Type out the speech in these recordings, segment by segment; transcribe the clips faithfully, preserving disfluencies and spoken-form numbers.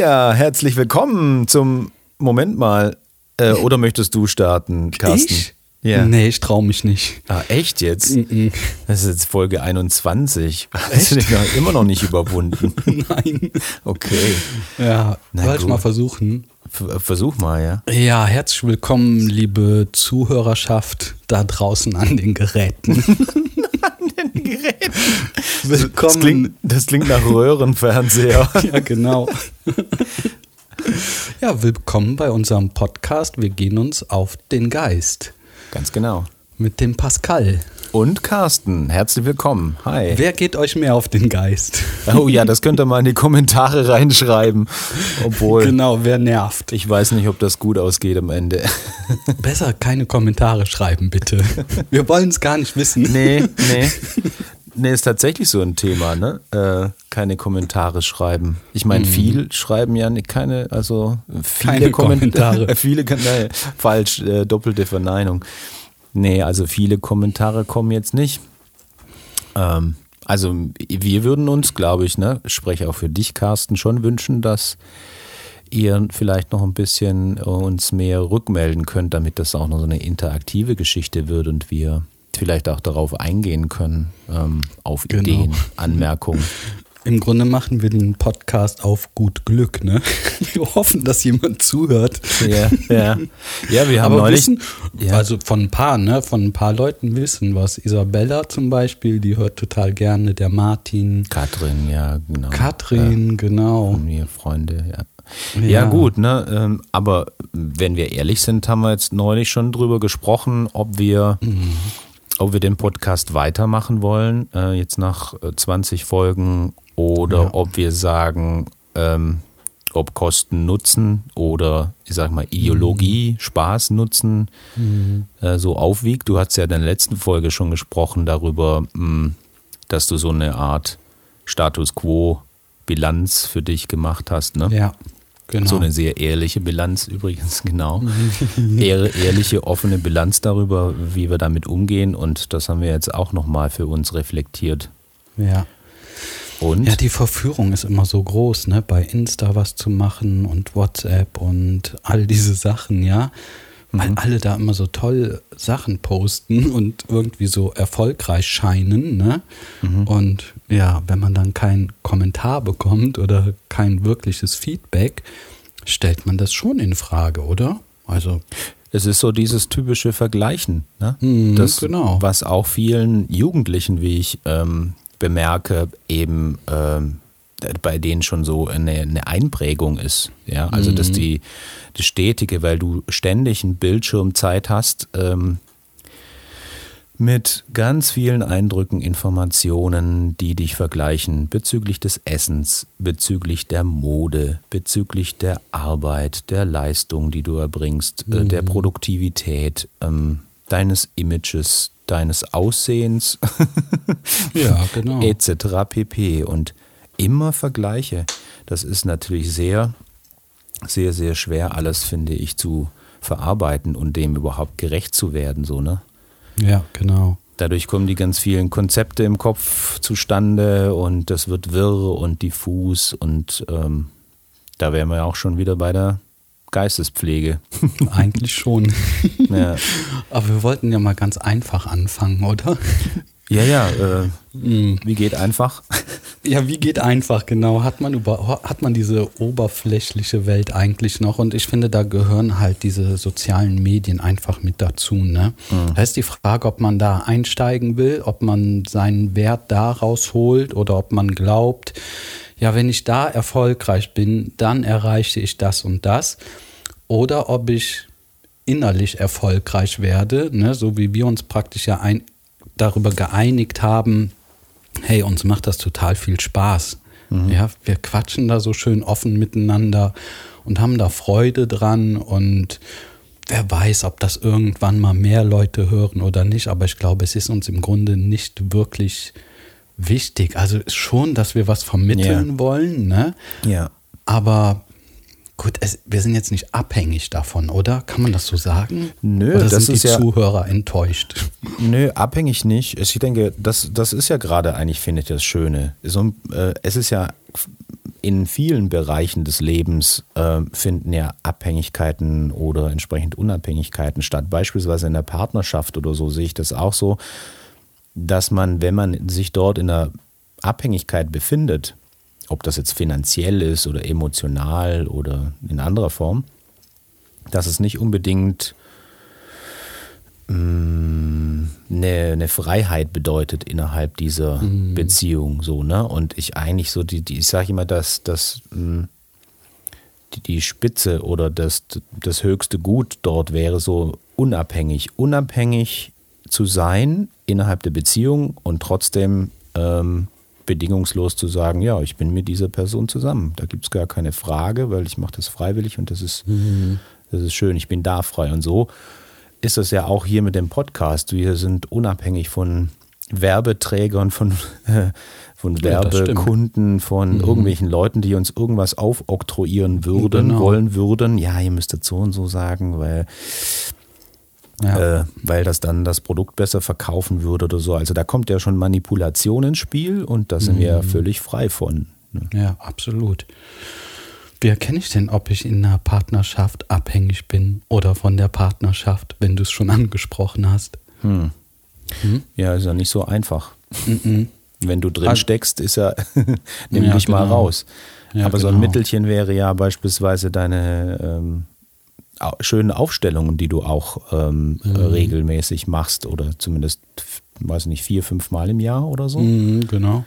Ja, herzlich willkommen zum, Moment mal, äh, oder möchtest du starten, Carsten? Ich? Ja. Nee, ich traue mich nicht. Ah, echt jetzt? Mm-mm. Das ist jetzt Folge einundzwanzig. Hast du dich noch, immer noch nicht überwunden? Nein. Okay. Ja, Na soll ich gut. mal versuchen? F- Versuch mal, ja. Ja, herzlich willkommen, liebe Zuhörerschaft da draußen an den Geräten. Gerät. Willkommen. Das klingt, das klingt nach Röhrenfernseher. Ja, genau. Ja, willkommen bei unserem Podcast. Wir gehen uns auf den Geist Ganz genau. mit dem Pascal. Und Carsten, herzlich willkommen. Hi. Wer geht euch mehr auf den Geist? Oh ja, das könnt ihr mal in die Kommentare reinschreiben. Obwohl, Genau, wer nervt? ich weiß nicht, ob das gut ausgeht am Ende. Besser keine Kommentare schreiben, bitte. Wir wollen es gar nicht wissen. Nee, nee. Nee, ist tatsächlich so ein Thema, ne? Äh, keine Kommentare schreiben. Ich meine, Mhm. viel schreiben ja nicht, keine, also viele Keine Komment- Kommentare. viele, nee, falsch, äh, doppelte Verneinung. Nee, also viele Kommentare kommen jetzt nicht. Ähm, also wir würden uns, glaube ich, ne, ich spreche auch für dich, Carsten, schon wünschen, dass ihr vielleicht noch ein bisschen uns mehr rückmelden könnt, damit das auch noch so eine interaktive Geschichte wird und wir vielleicht auch darauf eingehen können, ähm, auf Genau. Ideen, Anmerkungen. Im Grunde machen wir den Podcast auf gut Glück, ne? Wir hoffen, dass jemand zuhört. Ja, ja. Ja, wir haben Aber neulich. wissen, Ja. also von ein paar, ne? Von ein paar Leuten wissen was. Isabella zum Beispiel, die hört total gerne. Der Martin, Katrin, ja, genau. Katrin, Ja, genau. von mir, Freunde, ja. Ja. Ja, gut, ne? ähm, Aber wenn wir ehrlich sind, haben wir jetzt neulich schon drüber gesprochen, ob wir, Mhm. ob wir den Podcast weitermachen wollen, äh, jetzt nach äh, zwanzig Folgen, oder Ja. ob wir sagen, ähm, ob Kosten Nutzen oder ich sag mal Ideologie, Spaß Nutzen Mhm. äh, so aufwiegt. Du hast ja in der letzten Folge schon gesprochen darüber, mh, dass du so eine Art Status Quo Bilanz für dich gemacht hast, ne? Ja, genau. So eine sehr ehrliche Bilanz übrigens, genau. Ehr, ehrliche, offene Bilanz darüber, wie wir damit umgehen, und das haben wir jetzt auch nochmal für uns reflektiert. Ja. Und? Ja, die Verführung ist immer so groß, ne? Bei Insta was zu machen und WhatsApp und all diese Sachen, ja. Weil Mhm. alle da immer so toll Sachen posten und irgendwie so erfolgreich scheinen, ne? Mhm. Und ja, wenn man dann keinen Kommentar bekommt oder kein wirkliches Feedback, stellt man das schon in Frage, oder? Also, Es ist so dieses typische Vergleichen, ne? Mhm, das, genau. was auch vielen Jugendlichen, wie ich ähm, bemerke, eben ähm, bei denen schon so eine, eine Einprägung ist. Ja? Also dass Mhm. die, die stetige, weil du ständig einen Bildschirmzeit hast, ähm, mit ganz vielen Eindrücken, Informationen, die dich vergleichen bezüglich des Essens, bezüglich der Mode, bezüglich der Arbeit, der Leistung, die du erbringst, äh, der Produktivität, ähm, deines Images, deines Aussehens ja, genau. et cetera pp. Und immer Vergleiche. Das ist natürlich sehr, sehr, sehr schwer, alles, finde ich, zu verarbeiten und dem überhaupt gerecht zu werden, so, ne? Ja, genau. Dadurch kommen die ganz vielen Konzepte im Kopf zustande und das wird wirr und diffus, und ähm, da wären wir auch schon wieder bei der Geistespflege. Eigentlich schon. Ja, Aber wir wollten ja mal ganz einfach anfangen, oder? ja, ja äh, Mhm. wie geht einfach? Ja, wie geht einfach, genau. Hat man über, hat man diese oberflächliche Welt eigentlich noch? Und ich finde, da gehören halt diese sozialen Medien einfach mit dazu, ne? Mhm. Da ist die Frage, ob man da einsteigen will, ob man seinen Wert da rausholt oder ob man glaubt, ja, wenn ich da erfolgreich bin, dann erreiche ich das und das. Oder ob ich innerlich erfolgreich werde, ne? So wie wir uns praktisch ja ein, darüber geeinigt haben, hey, uns macht das total viel Spaß. Mhm. Ja, wir quatschen da so schön offen miteinander und haben da Freude dran, und wer weiß, ob das irgendwann mal mehr Leute hören oder nicht, aber ich glaube, es ist uns im Grunde nicht wirklich wichtig. Also schon, dass wir was vermitteln Ja. wollen, ne? Ja. Aber gut, es, wir sind jetzt nicht abhängig davon, oder? Kann man das so sagen? Nö, oder das sind ist die ja- Zuhörer enttäuscht? Nö, abhängig nicht. Ich denke, das, das ist ja gerade eigentlich, finde ich, das Schöne. So, äh, es ist ja in vielen Bereichen des Lebens äh, finden ja Abhängigkeiten oder entsprechend Unabhängigkeiten statt. Beispielsweise in der Partnerschaft oder so sehe ich das auch so, dass man, wenn man sich dort in einer Abhängigkeit befindet, ob das jetzt finanziell ist oder emotional oder in anderer Form, dass es nicht unbedingt mh, eine, eine Freiheit bedeutet innerhalb dieser mhm. Beziehung. So, ne? Und ich eigentlich so, die, die, ich sage immer, dass, dass mh, die, die Spitze oder das, das höchste Gut dort wäre so unabhängig. Unabhängig zu sein innerhalb der Beziehung und trotzdem ähm, bedingungslos zu sagen, ja, ich bin mit dieser Person zusammen. Da gibt es gar keine Frage, weil ich mache das freiwillig und das ist, mhm. das ist schön, ich bin da frei. Und so ist das ja auch hier mit dem Podcast. Wir sind unabhängig von Werbeträgern, von, äh, von Werbekunden, von mhm. irgendwelchen Leuten, die uns irgendwas aufoktroyieren würden, genau. wollen würden. Ja, ihr müsst das so und so sagen, weil Ja. Äh, weil das dann das Produkt besser verkaufen würde oder so. Also da kommt ja schon Manipulation ins Spiel und da sind mhm. wir ja völlig frei von. Ne? Ja, absolut. Wie erkenne ich denn, ob ich in einer Partnerschaft abhängig bin oder von der Partnerschaft, wenn du es schon angesprochen hast? Hm. Hm? Ja, ist ja nicht so einfach. Mhm. Wenn du drin steckst, ist ja, nimm ja, dich genau. mal raus. Ja, Aber genau. so ein Mittelchen wäre ja beispielsweise deine ähm, schönen Aufstellungen, die du auch ähm, mhm. regelmäßig machst oder zumindest, weiß nicht, vier, fünf Mal im Jahr oder so. Mhm, genau.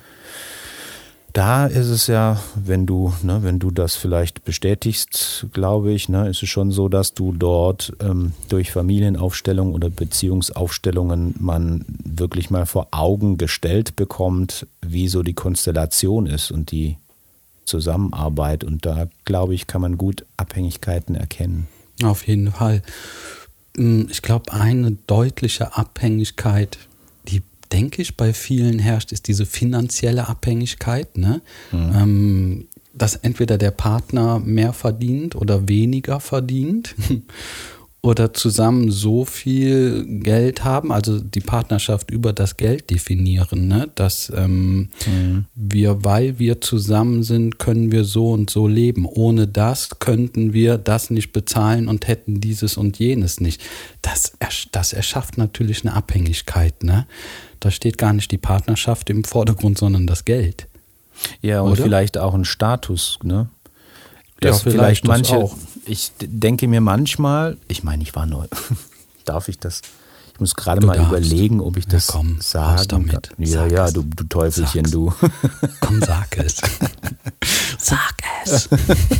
Da ist es ja, wenn du, ne, wenn du das vielleicht bestätigst, glaube ich, ne, ist es schon so, dass du dort ähm, durch Familienaufstellungen oder Beziehungsaufstellungen man wirklich mal vor Augen gestellt bekommt, wie so die Konstellation ist und die Zusammenarbeit. Und da, glaube ich, kann man gut Abhängigkeiten erkennen. Auf jeden Fall. Ich glaube, eine deutliche Abhängigkeit, die, denke ich, bei vielen herrscht, ist diese finanzielle Abhängigkeit, ne? Mhm. Ähm, dass entweder der Partner mehr verdient oder weniger verdient oder zusammen so viel Geld haben, also die Partnerschaft über das Geld definieren, ne? Dass ähm, mhm. wir, weil wir zusammen sind, können wir so und so leben. Ohne das könnten wir das nicht bezahlen und hätten dieses und jenes nicht. Das, das erschafft natürlich eine Abhängigkeit, ne? Da steht gar nicht die Partnerschaft im Vordergrund, sondern das Geld. Ja, und Oder? Vielleicht auch ein Status, ne? Das ja, vielleicht, vielleicht manche, auch. Ich denke mir manchmal, ich meine, ich war neu. Darf ich das? Ich muss gerade mal darfst. überlegen, ob ich das ja, komm, sagen damit. Ja, sag ja, du, du Teufelchen, Sag's. du. Komm, sag es. Sag es.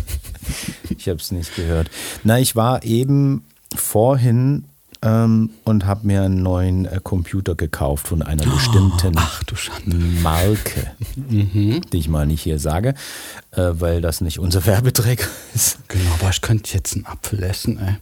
Ich habe es nicht gehört. Na, ich war eben vorhin ähm, und habe mir einen neuen äh, Computer gekauft von einer bestimmten oh, ach, du Schande. Marke, mhm. die ich mal nicht hier sage, äh, weil das nicht unser Werbeträger ist. Genau, aber ich könnte jetzt einen Apfel essen, ey.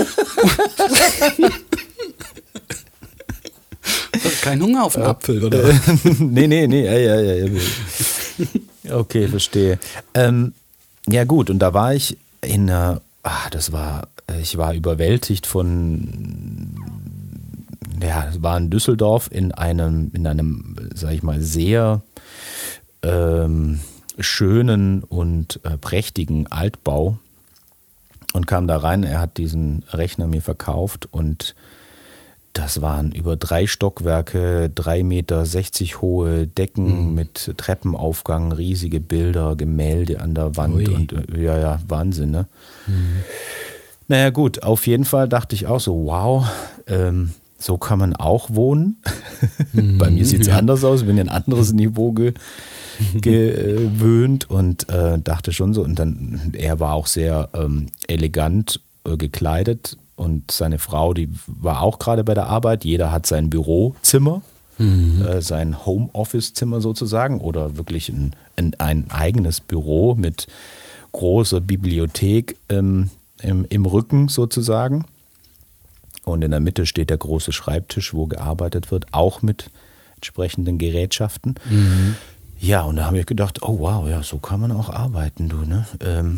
Kein Hunger auf einen Apfel, oder? nee, nee, nee. Ja, ja, ja, ja. Okay, verstehe. Ähm, ja gut, und da war ich in einer, ach, das war, ich war überwältigt von, ja, es war in Düsseldorf in einem, in einem, sag ich mal, sehr ähm, schönen und äh, prächtigen Altbau und kam da rein. Er hat diesen Rechner mir verkauft und das waren über drei Stockwerke, drei Meter sechzig hohe Decken mhm. mit Treppenaufgang, riesige Bilder, Gemälde an der Wand. Ui. Und ja, ja, Wahnsinn, ne? Mhm. Naja gut, auf jeden Fall dachte ich auch so, wow, ähm, so kann man auch wohnen. Mhm. Bei mir sieht es ja. anders aus, bin ja ein anderes Niveau ge- gewöhnt und äh, dachte schon so. Und dann, er war auch sehr ähm, elegant äh, gekleidet. Und seine Frau, die war auch gerade bei der Arbeit. Jeder hat sein Bürozimmer, mhm. äh, sein Homeoffice-Zimmer sozusagen oder wirklich ein, ein, ein eigenes Büro mit großer Bibliothek ähm, im, im Rücken sozusagen. Und in der Mitte steht der große Schreibtisch, wo gearbeitet wird, auch mit entsprechenden Gerätschaften. Mhm. Ja, und da habe ich gedacht, oh wow, ja, so kann man auch arbeiten, du, ne? Ähm,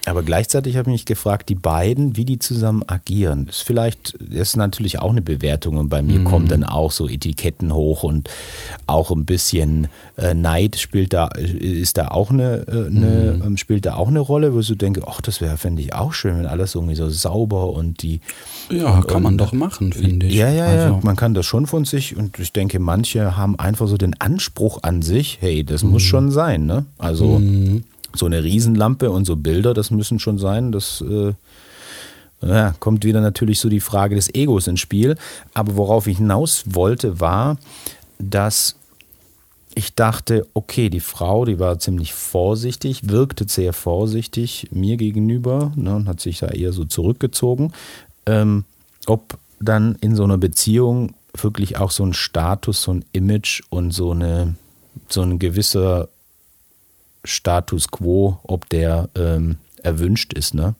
Aber gleichzeitig habe ich mich gefragt, die beiden, wie die zusammen agieren. Das ist vielleicht, das ist natürlich auch eine Bewertung und bei mir mhm. kommen dann auch so Etiketten hoch und auch ein bisschen äh, Neid spielt da, ist da auch eine, äh, eine mhm. spielt da auch eine Rolle, wo ich so denke, ach, das wäre, fände ich auch schön, wenn alles irgendwie so sauber und die. Ja, und, kann man und, doch machen, finde ich. Ja, ja, also. ja, man kann das schon von sich und ich denke, manche haben einfach so den Anspruch an sich, hey, das mhm. muss schon sein, ne? Also. Mhm. So eine Riesenlampe und so Bilder, das müssen schon sein. Das äh, ja, kommt wieder natürlich so die Frage des Egos ins Spiel. Aber worauf ich hinaus wollte, war, dass ich dachte, okay, die Frau, die war ziemlich vorsichtig, wirkte sehr vorsichtig mir gegenüber, ne, und hat sich da eher so zurückgezogen. Ähm, ob dann in so einer Beziehung wirklich auch so ein Status, so ein Image und so eine so ein gewisser Status quo, ob der ähm, erwünscht ist, ne?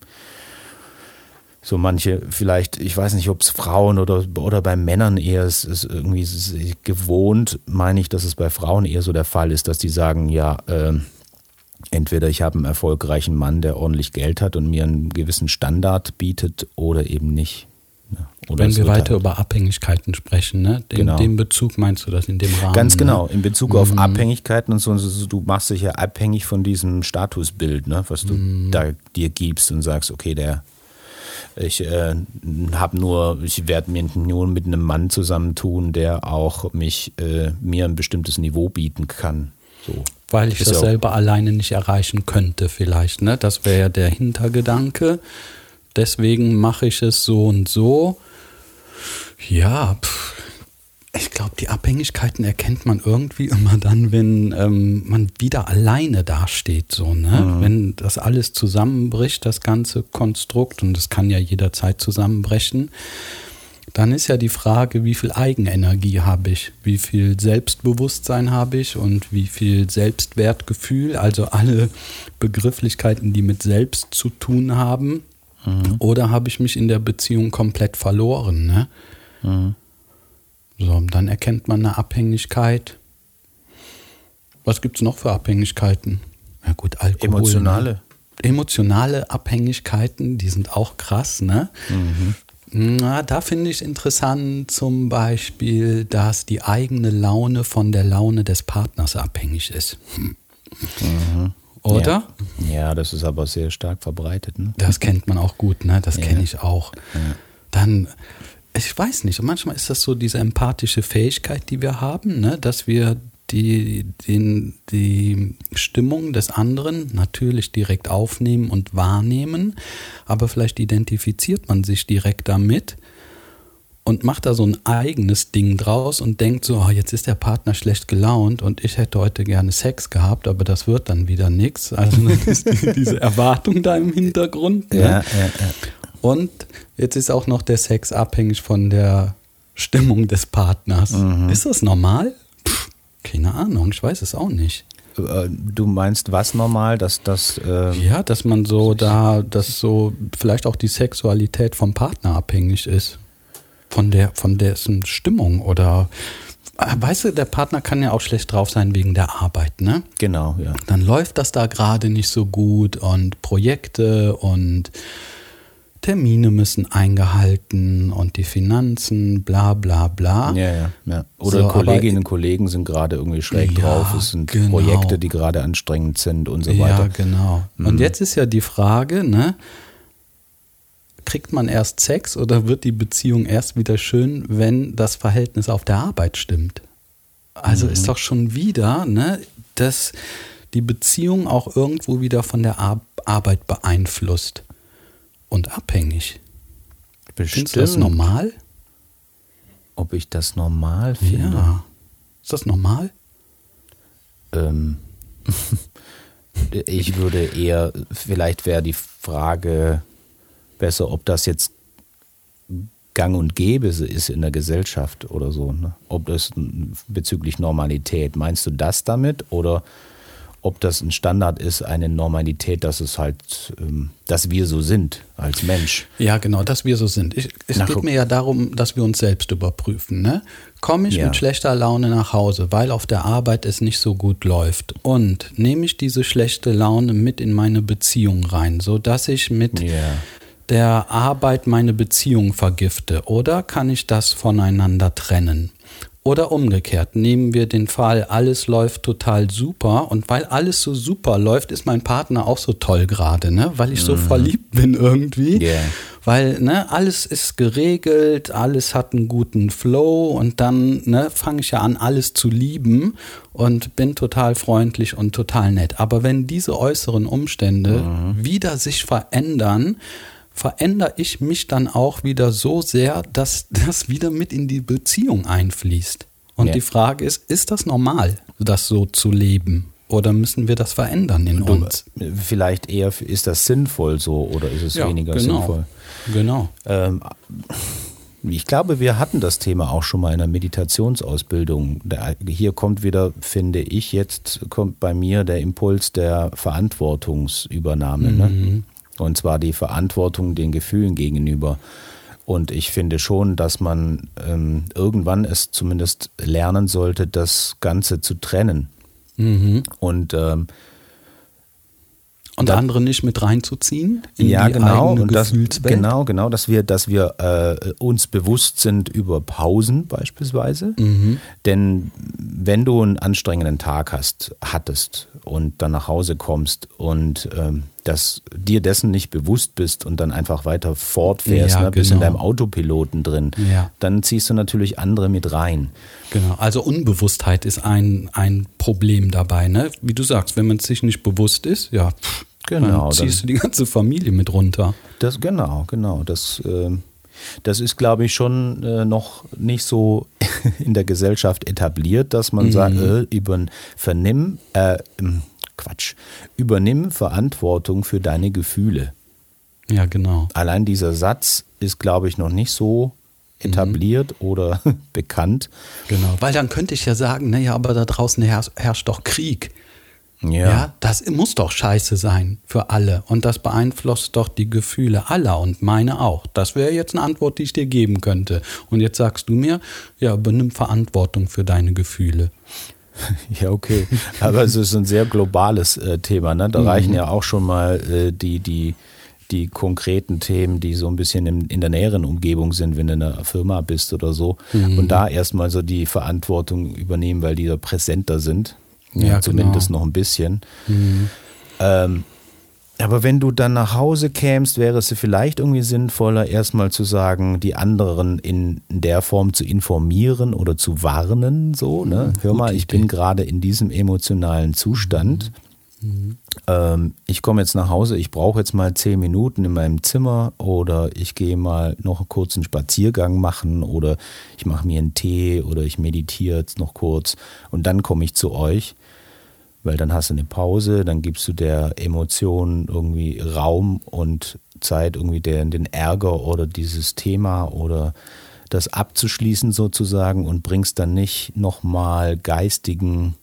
So manche, vielleicht, ich weiß nicht, ob es Frauen oder, oder bei Männern eher ist, ist irgendwie ist gewohnt, meine ich, dass es bei Frauen eher so der Fall ist, dass die sagen, ja, äh, entweder ich habe einen erfolgreichen Mann, der ordentlich Geld hat und mir einen gewissen Standard bietet oder eben nicht. Oder wenn wir weiter halt über Abhängigkeiten sprechen, ne? In genau. dem Bezug meinst du das, in dem Rahmen? Ganz genau, in Bezug ne? auf mhm. Abhängigkeiten und so, du machst dich ja abhängig von diesem Statusbild, ne? Was du mhm. da dir gibst und sagst, okay, der ich äh, habe nur, ich werde mir nur mit einem Mann zusammentun, der auch mich äh, mir ein bestimmtes Niveau bieten kann. So. Weil ich Ist das auch, selber alleine nicht erreichen könnte vielleicht, ne? Das wäre ja der Hintergedanke. Deswegen mache ich es so und so. Ja, pff, ich glaube, die Abhängigkeiten erkennt man irgendwie immer dann, wenn ähm, man wieder alleine dasteht. So, ne? Mhm. Wenn das alles zusammenbricht, das ganze Konstrukt, und das kann ja jederzeit zusammenbrechen, dann ist ja die Frage, wie viel Eigenenergie habe ich, wie viel Selbstbewusstsein habe ich und wie viel Selbstwertgefühl, also alle Begrifflichkeiten, die mit Selbst zu tun haben. Mhm. Oder habe ich mich in der Beziehung komplett verloren, ne? Mhm. So, dann erkennt man eine Abhängigkeit. Was gibt es noch für Abhängigkeiten? Ja gut, Alkohol. Emotionale. Ne? Emotionale Abhängigkeiten, die sind auch krass, ne? Mhm. Na, da finde ich interessant zum Beispiel, dass die eigene Laune von der Laune des Partners abhängig ist. Mhm. Oder? Ja. ja, das ist aber sehr stark verbreitet. Ne? Das kennt man auch gut, ne? Das ja. kenne ich auch. Ja. Dann, ich weiß nicht, manchmal ist das so diese empathische Fähigkeit, die wir haben, ne? Dass wir die, den, die Stimmung des anderen natürlich direkt aufnehmen und wahrnehmen, aber vielleicht identifiziert man sich direkt damit und macht da so ein eigenes Ding draus und denkt so, oh, jetzt ist der Partner schlecht gelaunt und ich hätte heute gerne Sex gehabt, aber das wird dann wieder nichts. Also dann ist diese Erwartung da im Hintergrund. Ne? Ja, ja, ja. Und jetzt ist auch noch der Sex abhängig von der Stimmung des Partners. Mhm. Ist das normal? Puh, keine Ahnung, ich weiß es auch nicht. Du meinst was normal, dass das... Äh ja, dass man so da, dass so vielleicht auch die Sexualität vom Partner abhängig ist. Von der, von dessen Stimmung oder, weißt du, der Partner kann ja auch schlecht drauf sein wegen der Arbeit, ne? Genau, ja. Dann läuft das da gerade nicht so gut und Projekte und Termine müssen eingehalten und die Finanzen, bla bla bla. Ja, ja, ja. Oder so, Kolleginnen und Kollegen sind gerade irgendwie schräg ja, drauf, es sind genau. Projekte, die gerade anstrengend sind und so weiter. Ja, genau. Mhm. Und jetzt ist ja die Frage, ne? Kriegt man erst Sex oder wird die Beziehung erst wieder schön, wenn das Verhältnis auf der Arbeit stimmt? Also mhm. ist doch schon wieder, ne, dass die Beziehung auch irgendwo wieder von der Ar- Arbeit beeinflusst und abhängig. Bestimmt. Findest du das normal? Ob ich das normal finde? Ja. Ist das normal? Ähm, ich würde eher, vielleicht wäre die Frage besser, ob das jetzt gang und gäbe ist in der Gesellschaft oder so. Ne? Ob das bezüglich Normalität, meinst du das damit oder ob das ein Standard ist, eine Normalität, dass es halt, ähm, dass wir so sind als Mensch. Ja, genau, dass wir so sind. Ich, es Nach- geht mir ja darum, dass wir uns selbst überprüfen. Ne? Komme ich Ja. mit schlechter Laune nach Hause, weil auf der Arbeit es nicht so gut läuft, und nehme ich diese schlechte Laune mit in meine Beziehung rein, sodass ich mit Ja. der Arbeit meine Beziehung vergifte, oder kann ich das voneinander trennen? Oder umgekehrt, nehmen wir den Fall, alles läuft total super, und weil alles so super läuft, ist mein Partner auch so toll gerade, ne? Weil ich so verliebt bin irgendwie. Yeah. Weil ne, alles ist geregelt, alles hat einen guten Flow, und dann ne, fange ich ja an, alles zu lieben und bin total freundlich und total nett. Aber wenn diese äußeren Umstände mhm. wieder sich verändern, verändere ich mich dann auch wieder so sehr, dass das wieder mit in die Beziehung einfließt. Und Ja. die Frage ist, ist das normal, das so zu leben? Oder müssen wir das verändern in Du, uns? vielleicht eher, ist das sinnvoll so oder ist es Ja, weniger genau. sinnvoll? Genau. Ähm, ich glaube, wir hatten das Thema auch schon mal in der Meditationsausbildung. Da, hier kommt wieder, finde ich, jetzt kommt bei mir der Impuls der Verantwortungsübernahme. Mhm. Ne? Und zwar die Verantwortung den Gefühlen gegenüber. Und ich finde schon, dass man ähm, irgendwann es zumindest lernen sollte, das Ganze zu trennen. Mhm. Und ähm, Und Da- andere nicht mit reinzuziehen in ja, die genau, eigene und das, Gefühlswelt? genau, genau, dass wir, dass wir äh, uns bewusst sind über Pausen beispielsweise. Mhm. Denn wenn du einen anstrengenden Tag hast, hattest und dann nach Hause kommst und ähm, dass dir dessen nicht bewusst bist und dann einfach weiter fortfährst, Ja, ne, bist in genau. deinem Autopiloten drin, Ja. dann ziehst du natürlich andere mit rein. Genau, also Unbewusstheit ist ein, ein Problem dabei, ne? Wie du sagst, wenn man sich nicht bewusst ist, ja, pff, Genau, dann ziehst du die ganze Familie mit runter. Das, genau, genau. Das, ähm, das ist, glaube ich, schon äh, noch nicht so in der Gesellschaft etabliert, dass man Mhm. sagt, äh, über, vernimm, äh, ähm, Quatsch, übernimm Verantwortung für deine Gefühle. Ja, genau. Allein dieser Satz ist, glaube ich, noch nicht so etabliert Mhm. oder bekannt. Genau, weil dann könnte ich ja sagen, naja, aber da draußen herrscht, herrscht doch Krieg. Ja. das muss doch scheiße sein für alle, und das beeinflusst doch die Gefühle aller und meine auch. Das wäre jetzt eine Antwort, die ich dir geben könnte. Und jetzt sagst du mir, ja, übernimm Verantwortung für deine Gefühle. Ja, okay. Aber es ist ein sehr globales äh, Thema. Ne? Da Mhm. reichen ja auch schon mal äh, die, die, die konkreten Themen, die so ein bisschen in, in der näheren Umgebung sind, wenn du in einer Firma bist oder so. Mhm. Und da erstmal so die Verantwortung übernehmen, weil die da präsenter sind. Ja, zumindest genau. noch ein bisschen. Mhm. Ähm, aber wenn du dann nach Hause kämst, wäre es vielleicht irgendwie sinnvoller, erstmal zu sagen, die anderen in der Form zu informieren oder zu warnen. So, ne? Hör mal, gute ich bin gerade in diesem emotionalen Zustand. Mhm. Ähm, ich komme jetzt nach Hause, ich brauche jetzt mal zehn Minuten in meinem Zimmer oder ich gehe mal noch einen kurzen Spaziergang machen oder ich mache mir einen Tee oder ich meditiere jetzt noch kurz und dann komme ich zu euch. Weil dann hast du eine Pause, dann gibst du der Emotion irgendwie Raum und Zeit, irgendwie den, den Ärger oder dieses Thema oder das abzuschließen sozusagen und bringst dann nicht nochmal geistigen,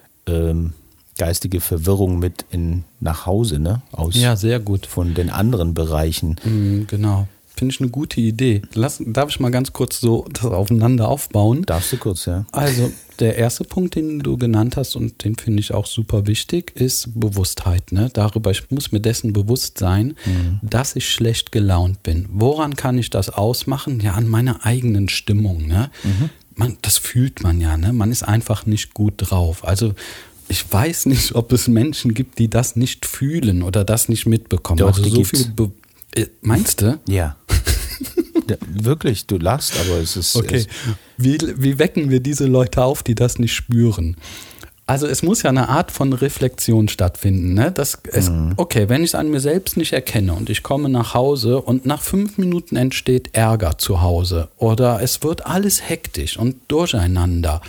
ähm, geistige Verwirrung mit in, nach Hause, ne? Aus Ja, sehr gut. von den anderen Bereichen. Mhm, genau. Finde ich eine gute Idee. Lass, darf ich mal ganz kurz so das aufeinander aufbauen? Darfst du kurz, ja? Also der erste Punkt, den du genannt hast, und den finde ich auch super wichtig, ist Bewusstheit. Ne? Darüber, ich muss mir dessen bewusst sein, Mhm. dass ich schlecht gelaunt bin. Woran kann ich das ausmachen? Ja, an meiner eigenen Stimmung. Ne? Mhm. Man, das fühlt man ja. Ne? Man ist einfach nicht gut drauf. Also ich weiß nicht, ob es Menschen gibt, die das nicht fühlen oder das nicht mitbekommen. Doch, also die so gibt's. viel Be- äh, Meinst du? Ja. Ja, wirklich, du lachst, aber es ist... Okay, Es, wie, wie wecken wir diese Leute auf, die das nicht spüren? Also es muss ja eine Art von Reflexion stattfinden. Ne? Das, es, okay, wenn ich es an mir selbst nicht erkenne und ich komme nach Hause und nach fünf Minuten entsteht Ärger zu Hause oder es wird alles hektisch und durcheinander,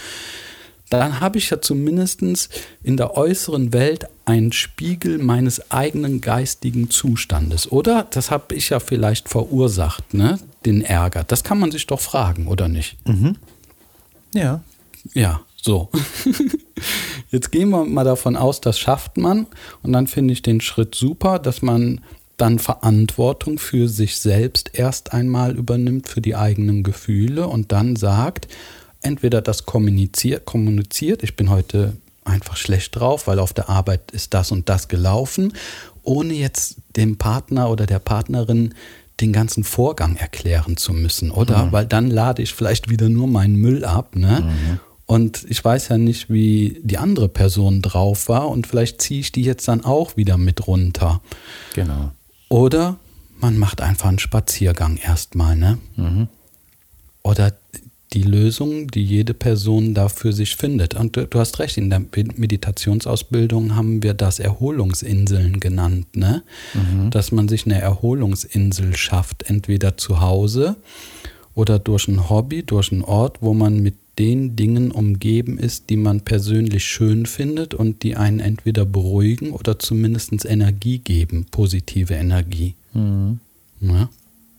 dann habe ich ja zumindest in der äußeren Welt einen Spiegel meines eigenen geistigen Zustandes. Oder? Das habe ich ja vielleicht verursacht, ne? Den Ärger. Das kann man sich doch fragen, oder nicht? mhm. Ja. Ja, so. Jetzt gehen wir mal davon aus, das schafft man. Und dann finde ich den Schritt super, dass man dann Verantwortung für sich selbst erst einmal übernimmt, für die eigenen Gefühle und dann sagt, entweder das kommuniziert, kommuniziert, ich bin heute einfach schlecht drauf, weil auf der Arbeit ist das und das gelaufen, ohne jetzt dem Partner oder der Partnerin den ganzen Vorgang erklären zu müssen, oder? Mhm. Weil dann lade ich vielleicht wieder nur meinen Müll ab, ne? Mhm. Und ich weiß ja nicht, wie die andere Person drauf war und vielleicht ziehe ich die jetzt dann auch wieder mit runter. Genau. Oder man macht einfach einen Spaziergang erstmal, ne? Mhm. Oder die Lösung, die jede Person da für sich findet. Und du, du hast recht, in der Meditationsausbildung haben wir das Erholungsinseln genannt, ne? Mhm. Dass man sich eine Erholungsinsel schafft, entweder zu Hause oder durch ein Hobby, durch einen Ort, wo man mit den Dingen umgeben ist, die man persönlich schön findet und die einen entweder beruhigen oder zumindest Energie geben, positive Energie. Mhm. Ja.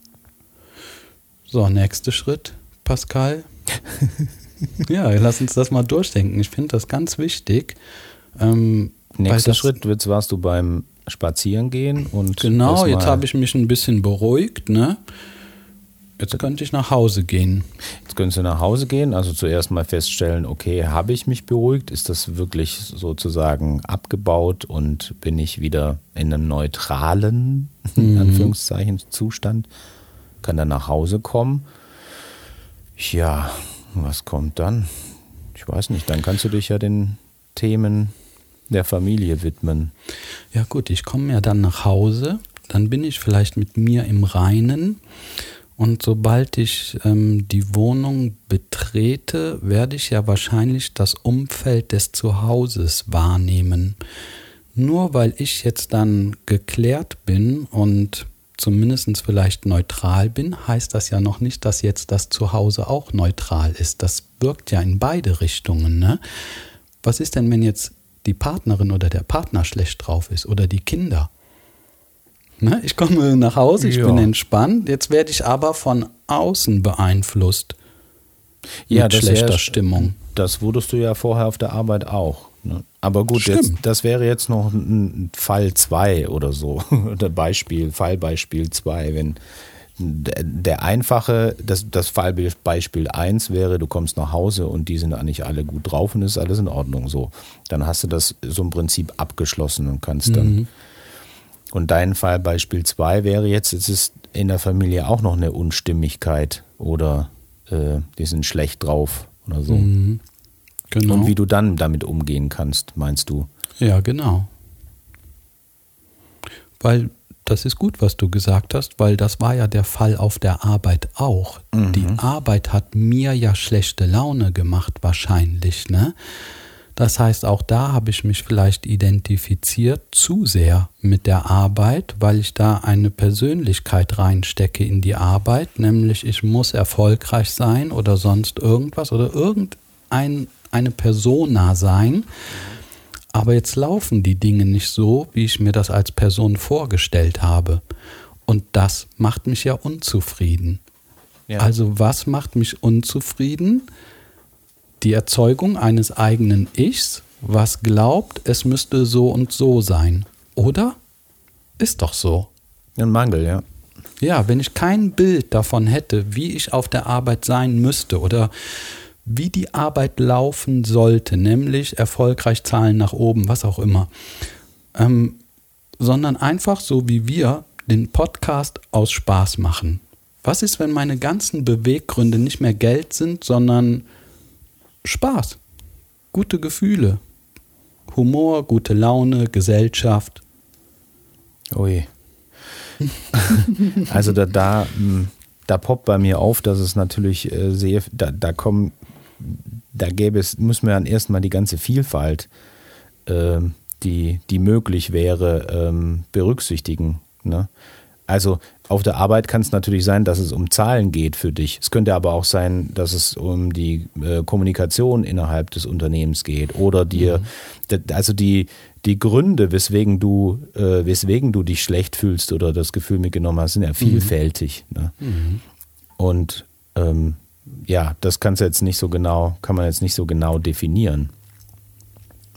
So, nächster Schritt. Pascal? Ja, lass uns das mal durchdenken. Ich finde das ganz wichtig. Ähm, Nächster Schritt, jetzt warst du beim Spazierengehen und genau, jetzt habe ich mich ein bisschen beruhigt, ne? Jetzt könnte ich nach Hause gehen. Jetzt könntest du nach Hause gehen, also zuerst mal feststellen, okay, habe ich mich beruhigt? Ist das wirklich sozusagen abgebaut und bin ich wieder in einem neutralen, in Anführungszeichen, Zustand? Kann dann nach Hause kommen. Ja, was kommt dann? Ich weiß nicht, dann kannst du dich ja den Themen der Familie widmen. Ja gut, ich komme ja dann nach Hause, dann bin ich vielleicht mit mir im Reinen und sobald ich ähm, die Wohnung betrete, werde ich ja wahrscheinlich das Umfeld des Zuhauses wahrnehmen. Nur weil ich jetzt dann geklärt bin und zumindest vielleicht neutral bin, heißt das ja noch nicht, dass jetzt das Zuhause auch neutral ist. Das wirkt ja in beide Richtungen, ne? Was ist denn, wenn jetzt die Partnerin oder der Partner schlecht drauf ist oder die Kinder? Ne? Ich komme nach Hause, ich ja. bin entspannt, jetzt werde ich aber von außen beeinflusst ja, mit das schlechter wär, Stimmung. Das wurdest du ja vorher auf der Arbeit auch. Ne? Aber gut, jetzt, das wäre jetzt noch ein Fall zwei oder so. Oder Beispiel, Fallbeispiel zwei. Wenn der einfache, das, das Fallbeispiel eins wäre, du kommst nach Hause und die sind eigentlich alle gut drauf und ist alles in Ordnung. So, dann hast du das so im Prinzip abgeschlossen und kannst dann. Mhm. Und dein Fallbeispiel zwei wäre jetzt, es ist in der Familie auch noch eine Unstimmigkeit oder äh, die sind schlecht drauf oder so. Mhm. Genau. Und wie du dann damit umgehen kannst, meinst du? Ja, genau. Weil das ist gut, was du gesagt hast, weil das war ja der Fall auf der Arbeit auch. Mhm. Die Arbeit hat mir ja schlechte Laune gemacht wahrscheinlich, ne? Das heißt, auch da habe ich mich vielleicht identifiziert zu sehr mit der Arbeit, weil ich da eine Persönlichkeit reinstecke in die Arbeit, nämlich ich muss erfolgreich sein oder sonst irgendwas oder irgendein eine Persona sein, aber jetzt laufen die Dinge nicht so, wie ich mir das als Person vorgestellt habe. Und das macht mich ja unzufrieden. Ja. Also was macht mich unzufrieden? Die Erzeugung eines eigenen Ichs, was glaubt, es müsste so und so sein. Oder? Ist doch so. Ein Mangel, ja. Ja, wenn ich kein Bild davon hätte, wie ich auf der Arbeit sein müsste oder wie die Arbeit laufen sollte, nämlich erfolgreich Zahlen nach oben, was auch immer, ähm, sondern einfach so wie wir den Podcast aus Spaß machen. Was ist, wenn meine ganzen Beweggründe nicht mehr Geld sind, sondern Spaß, gute Gefühle, Humor, gute Laune, Gesellschaft? Ui. Also da, da, da poppt bei mir auf, dass es natürlich äh, sehr, da, da kommen, da gäbe es, müssen wir dann erstmal die ganze Vielfalt, äh, die, die möglich wäre, ähm, berücksichtigen. Ne? Also auf der Arbeit kann es natürlich sein, dass es um Zahlen geht für dich. Es könnte aber auch sein, dass es um die äh, Kommunikation innerhalb des Unternehmens geht oder dir, mhm. also die, die Gründe, weswegen du, äh, weswegen du dich schlecht fühlst oder das Gefühl mitgenommen hast, sind ja vielfältig. Mhm. Ne? Mhm. Und ähm, ja, das kannst du jetzt nicht so genau, kann man jetzt nicht so genau definieren.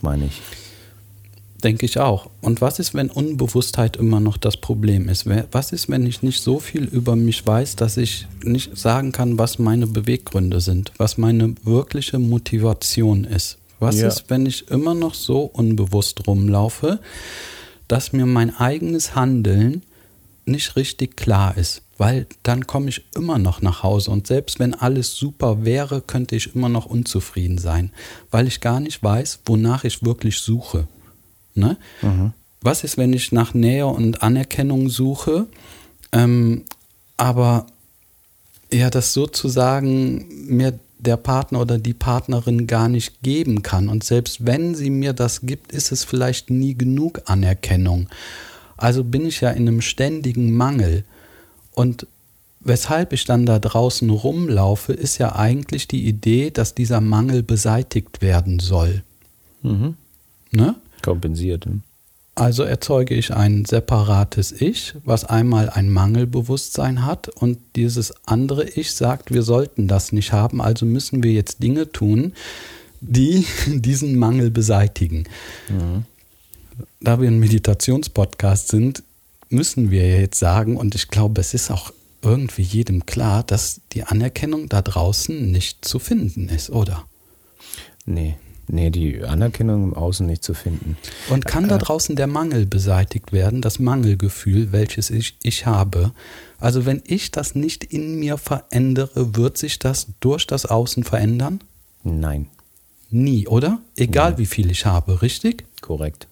meine ich. Denke ich auch. Und was ist, wenn Unbewusstheit immer noch das Problem ist? Was ist, wenn ich nicht so viel über mich weiß, dass ich nicht sagen kann, was meine Beweggründe sind, was meine wirkliche Motivation ist? Was ja. ist, wenn ich immer noch so unbewusst rumlaufe, dass mir mein eigenes Handeln nicht richtig klar ist? Weil dann komme ich immer noch nach Hause und selbst wenn alles super wäre, könnte ich immer noch unzufrieden sein, weil ich gar nicht weiß, wonach ich wirklich suche. Ne? Mhm. Was ist, wenn ich nach Nähe und Anerkennung suche, ähm, aber ja, das sozusagen mir der Partner oder die Partnerin gar nicht geben kann und selbst wenn sie mir das gibt, ist es vielleicht nie genug Anerkennung. Also bin ich ja in einem ständigen Mangel und weshalb ich dann da draußen rumlaufe, ist ja eigentlich die Idee, dass dieser Mangel beseitigt werden soll. Mhm. Ne? Kompensiert. Also erzeuge ich ein separates Ich, was einmal ein Mangelbewusstsein hat und dieses andere Ich sagt, wir sollten das nicht haben, also müssen wir jetzt Dinge tun, die diesen Mangel beseitigen. Mhm. Da wir ein Meditationspodcast sind, müssen wir jetzt sagen, und ich glaube, es ist auch irgendwie jedem klar, dass die Anerkennung da draußen nicht zu finden ist, oder? Nee. Nee, die Anerkennung im Außen nicht zu finden. Und kann da draußen der Mangel beseitigt werden, das Mangelgefühl, welches ich, ich habe? Also wenn ich das nicht in mir verändere, wird sich das durch das Außen verändern? Nein. Nie, oder? Egal Nein. wie viel ich habe, richtig? Korrekt.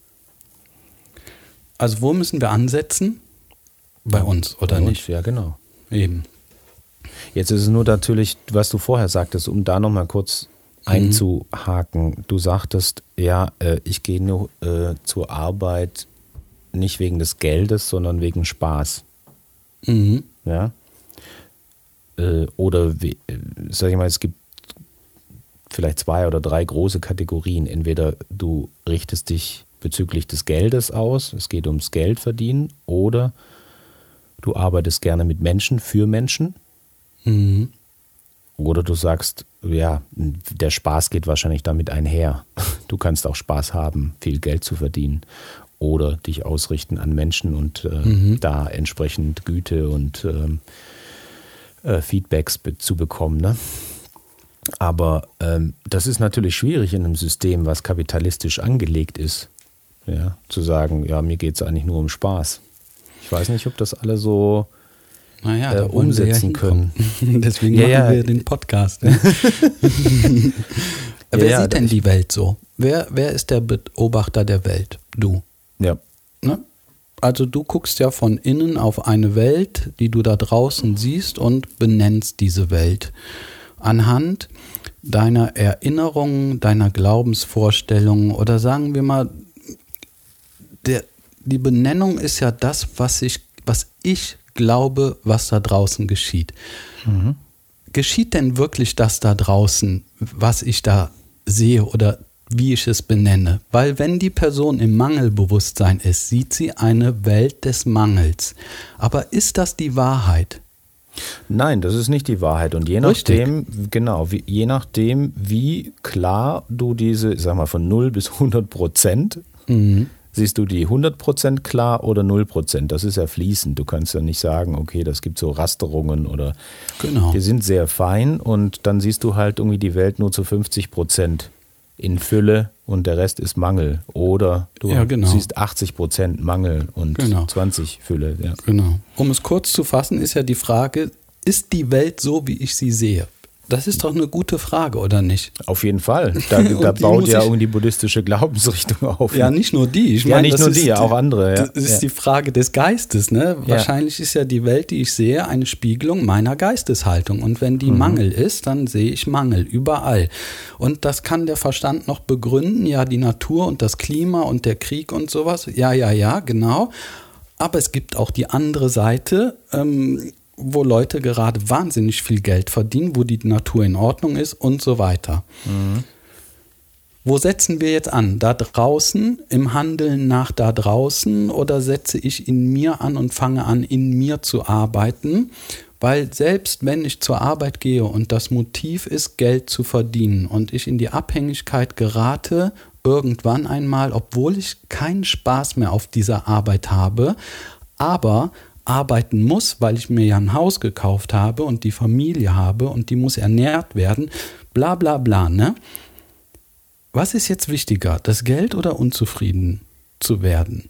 Also wo müssen wir ansetzen? Bei ja, uns, oder bei nicht? Uns, ja, genau. Eben. Jetzt ist es nur natürlich, was du vorher sagtest, um da nochmal kurz einzuhaken. Du sagtest, ja, äh, ich gehe nur äh, zur Arbeit nicht wegen des Geldes, sondern wegen Spaß. Mhm. Ja. Äh, oder, wie, sag ich mal, es gibt vielleicht zwei oder drei große Kategorien. Entweder du richtest dich bezüglich des Geldes aus, es geht ums Geld verdienen, oder du arbeitest gerne mit Menschen, für Menschen. Mhm. Oder du sagst, ja, der Spaß geht wahrscheinlich damit einher. Du kannst auch Spaß haben, viel Geld zu verdienen oder dich ausrichten an Menschen und äh, mhm. da entsprechend Güte und äh, äh, Feedbacks be- zu bekommen. Ne? Aber ähm, das ist natürlich schwierig in einem System, was kapitalistisch angelegt ist, ja, zu sagen, ja, mir geht es eigentlich nur um Spaß. Ich weiß nicht, ob das alle so Naja, äh, umsetzen ja können. Deswegen ja, machen ja. wir den Podcast. Ne? Wer ja, sieht denn die Welt so? Wer, wer ist der Beobachter der Welt? Du. Ja. Ne? Also du guckst ja von innen auf eine Welt, die du da draußen siehst und benennst diese Welt. Anhand deiner Erinnerungen, deiner Glaubensvorstellungen oder sagen wir mal, der, die Benennung ist ja das, was ich, was ich glaube, was da draußen geschieht. Mhm. Geschieht denn wirklich das da draußen, was ich da sehe oder wie ich es benenne? Weil wenn die Person im Mangelbewusstsein ist, sieht sie eine Welt des Mangels. Aber ist das die Wahrheit? Nein, das ist nicht die Wahrheit. Und je nachdem, genau, wie, je nachdem, wie klar du diese, sag mal, von null bis hundert Prozent mhm. siehst du die hundert Prozent klar oder null Prozent? Das ist ja fließend. Du kannst ja nicht sagen, okay, das gibt so Rasterungen oder genau. Die sind sehr fein und dann siehst du halt irgendwie die Welt nur zu fünfzig Prozent in Fülle und der Rest ist Mangel. Oder du ja, genau. siehst achtzig Prozent Mangel und genau. zwanzig Fülle. Ja. Genau. Um es kurz zu fassen, ist ja die Frage, ist die Welt so, wie ich sie sehe? Das ist doch eine gute Frage, oder nicht? Auf jeden Fall. Da, da baut ja irgendwie die buddhistische Glaubensrichtung auf. Ja, nicht nur die. Ich ja, meine, nicht nur die, die, auch andere. Ja. Das ist ja. die Frage des Geistes. Ne? Ja. Wahrscheinlich ist ja die Welt, die ich sehe, eine Spiegelung meiner Geisteshaltung. Und wenn die mhm. Mangel ist, dann sehe ich Mangel überall. Und das kann der Verstand noch begründen. Ja, die Natur und das Klima und der Krieg und sowas. Ja, ja, ja, genau. Aber es gibt auch die andere Seite, ähm, wo Leute gerade wahnsinnig viel Geld verdienen, wo die Natur in Ordnung ist und so weiter. Mhm. Wo setzen wir jetzt an? Da draußen, im Handeln nach da draußen oder setze ich in mir an und fange an, in mir zu arbeiten? Weil selbst wenn ich zur Arbeit gehe und das Motiv ist, Geld zu verdienen und ich in die Abhängigkeit gerate irgendwann einmal, obwohl ich keinen Spaß mehr auf dieser Arbeit habe, aber arbeiten muss, weil ich mir ja ein Haus gekauft habe und die Familie habe und die muss ernährt werden, bla bla bla, ne? Was ist jetzt wichtiger, das Geld oder unzufrieden zu werden?